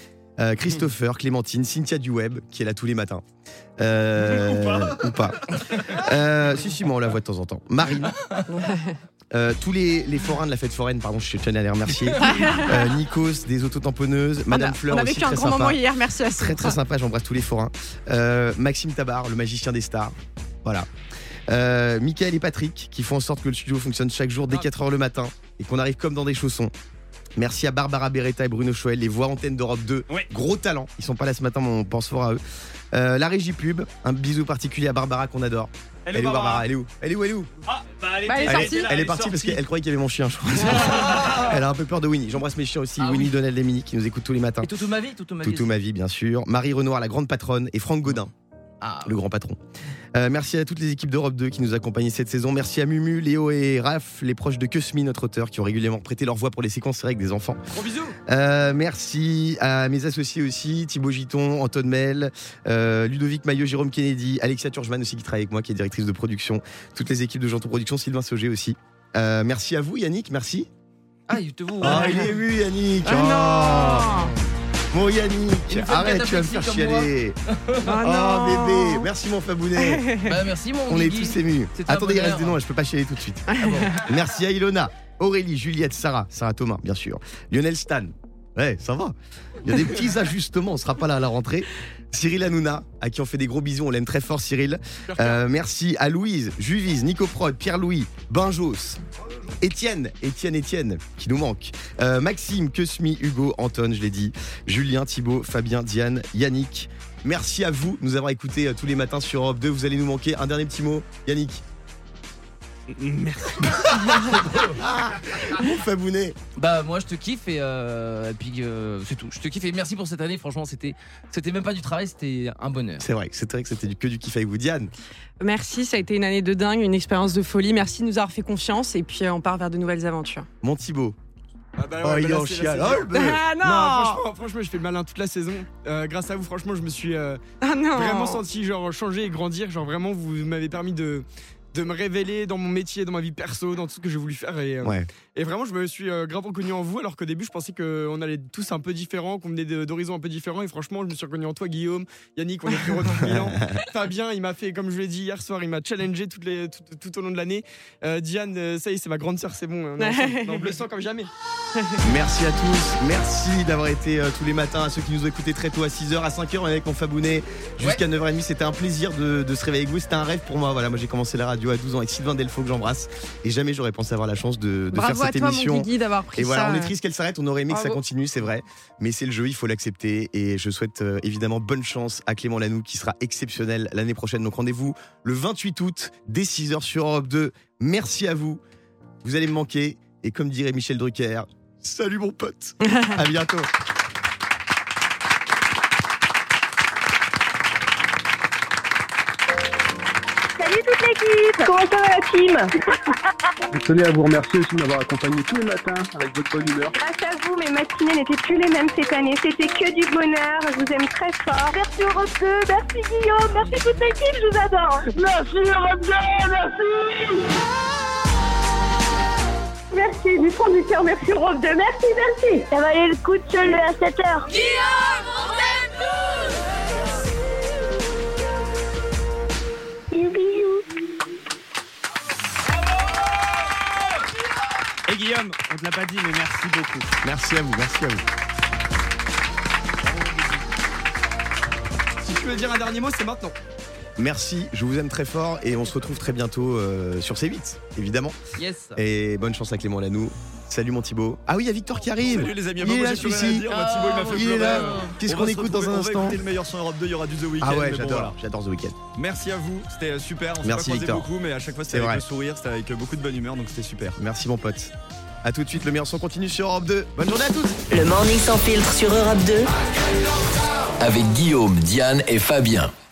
euh, Christopher, Clémentine, Cynthia du Web, qui est là tous les matins. Euh, ou pas. Ou pas. Euh, si, si, moi on la voit de temps en temps. Marine. Euh, tous les, les forains de la fête foraine, pardon, je tenais à les remercier. Euh, Nikos, des autotamponneuses, Madame on a, Fleur on a aussi, vécu un très grand sympa. moment hier, merci à tous. Très très sympa, j'embrasse tous les forains. Euh, Maxime Tabar, le magicien des stars. Voilà. Euh, Mickaël et Patrick, qui font en sorte que le studio fonctionne chaque jour dès quatre heures le matin et qu'on arrive comme dans des chaussons. Merci à Barbara Beretta et Bruno Choël, les voix antennes d'Europe deux. Ouais. Gros talent. Ils sont pas là ce matin, mais on pense fort à eux. Euh, la régie pub, un bisou particulier à Barbara qu'on adore. Elle, elle est où Barbara, Barbara Elle est où Elle est où Elle est où Ah, bah elle, bah, elle est elle, sortie. elle, elle est partie parce qu'elle croyait qu'il y avait mon chien, je crois. Elle a un peu peur de Winnie. J'embrasse mes chiens aussi, ah, Winnie, oui. Donald et Minnie qui nous écoutent tous les matins. Et Toutou ma vie, Toutou ma vie. Toutou ma vie, bien sûr. Marie Renoir, la grande patronne, et Franck Godin. Ah, le grand patron. Euh, merci à toutes les équipes d'Europe deux qui nous accompagnent cette saison. Merci à Mumu, Léo et Raph, les proches de Kusmi, notre auteur, qui ont régulièrement prêté leur voix pour les séquences avec des enfants. Gros bisous. Euh, merci à mes associés aussi, Thibaut Giton, Anton Mel, euh, Ludovic Maillot, Jérôme Kennedy, Alexia Turgeman aussi qui travaille avec moi, qui est directrice de production, toutes les équipes de Janton Production, Sylvain Sauger aussi. Euh, merci à vous Yannick, merci. Ah, il te vous. Ah, il est ému Yannick. Ah, oh. Non. Mon Yannick, arrête, tu vas me faire chialer. Oh, oh bébé, merci mon Fabounet. Bah, merci mon On est Guigui. tous émus. Attendez, il reste des noms, je peux pas chialer tout de suite. Ah bon. Merci à Ilona, Aurélie, Juliette, Sarah, Sarah Thomas, bien sûr. Lionel Stan. Ouais, ça va. Il y a des petits ajustements, on sera pas là à la rentrée. Cyril Hanouna, à qui on fait des gros bisous, on l'aime très fort Cyril. Euh, merci à Louise, Juvis, Nico Prod, Pierre-Louis, Benjos, Étienne, Étienne, Étienne, qui nous manque. Euh, Maxime, Kusmi, Hugo, Anton, je l'ai dit. Julien, Thibaut, Fabien, Diane, Yannick. Merci à vous de nous avoir écoutés euh, tous les matins sur Europe deux. Vous allez nous manquer. Un dernier petit mot, Yannick. Merci. Mon Fabounet. Bah moi je te kiffe et, euh, et puis euh, c'est tout. Je te kiffe et merci pour cette année. Franchement c'était c'était même pas du travail, c'était un bonheur. C'est vrai, c'est vrai que c'était que du kiff avec vous, Diane. Merci, ça a été une année de dingue, une expérience de folie. Merci de nous avoir fait confiance et puis on part vers de nouvelles aventures. Mon Thibaut. Ah bah ouais, oh, bah il est là, en c'est- chial. là, c'est- Oh, le Ah non, franchement, franchement, je fais le malin toute la saison. Euh, grâce à vous, franchement, je me suis euh, Ah non. vraiment senti genre changer et grandir. Genre vraiment, vous m'avez permis de de me révéler dans mon métier, dans ma vie perso, dans tout ce que j'ai voulu faire. Et, euh, Ouais. et vraiment, je me suis euh, grave reconnu en vous, alors qu'au début, je pensais qu'on allait tous un peu différents, qu'on venait de- d'horizons un peu différents. Et franchement, je me suis reconnu en toi, Guillaume, Yannick, on est frérot depuis mille ans. Fabien, il m'a fait, comme je l'ai dit hier soir, il m'a challengé toutes les, tout, tout au long de l'année. Euh, Diane, euh, ça y est, c'est ma grande sœur, c'est bon. On est ensemble. Non, je le sens comme jamais. Merci à tous, merci d'avoir été euh, tous les matins, à ceux qui nous ont écoutés très tôt à six heures, à cinq heures, on est avec mon Fabounet jusqu'à neuf heures trente. C'était un plaisir de, de se réveiller avec vous, c'était un rêve pour moi. Voilà, moi j'ai commencé la radio à douze ans avec Sylvain Delfaux que j'embrasse et jamais j'aurais pensé avoir la chance de, de Bravo faire cette à toi, émission. mon Guigui, d'avoir pris Et voilà, ça. on est triste qu'elle s'arrête, on aurait aimé que ça Bravo. continue, c'est vrai, mais c'est le jeu, il faut l'accepter et je souhaite euh, évidemment bonne chance à Clément Lanoux qui sera exceptionnel l'année prochaine. Donc rendez-vous le vingt-huit août dès six heures sur Europe deux. Merci à vous, vous allez me manquer et comme dirait Michel Drucker, salut mon pote. À bientôt. Salut toute l'équipe. Comment ça va la team? Je tenais à vous remercier aussi de m'avoir accompagné tous les matins avec votre bonne humeur. Grâce à vous, mes matinées n'étaient plus les mêmes cette année. C'était que du bonheur. Je vous aime très fort. Merci Europe deux, merci Guillaume, merci toute l'équipe, je vous adore. Merci Europe deux, merci. Merci du fond du cœur, merci Europe deux, merci, merci. Ça valait le coup de se lever à sept heures. Guillaume, on t'aime tous. Bisous, bisous. Et Guillaume, on te l'a pas dit, mais merci beaucoup. Merci à vous, merci à vous. Si tu veux dire un dernier mot, c'est maintenant. Merci, je vous aime très fort et on se retrouve très bientôt euh, sur C huit, évidemment. Yes. Et bonne chance à Clément Lanoux. Salut mon Thibaut. Ah oui, il y a Victor qui arrive. Salut les amis, Il moi, est moi, là j'ai plus rien à celui-ci. dire. Moi, Thibaut, il m'a fait Il est pleurer. là. Qu'est-ce On qu'on va se écoute dans retrouver- un On va instant écouter le meilleur son Europe deux, il y aura du The Weeknd. Ah ouais, mais bon, j'adore, voilà. j'adore The Weeknd. Merci à vous, c'était super. On s'est pas Merci, croisé Victor. beaucoup, mais à chaque fois C'est c'était avec vrai. le sourire, c'était avec beaucoup de bonne humeur, donc c'était super. Merci mon pote. A tout de suite, le meilleur son continue sur Europe deux. Bonne journée à tous. Le Morning Sans Filtre sur Europe deux. Avec Guillaume, Diane et Fabien.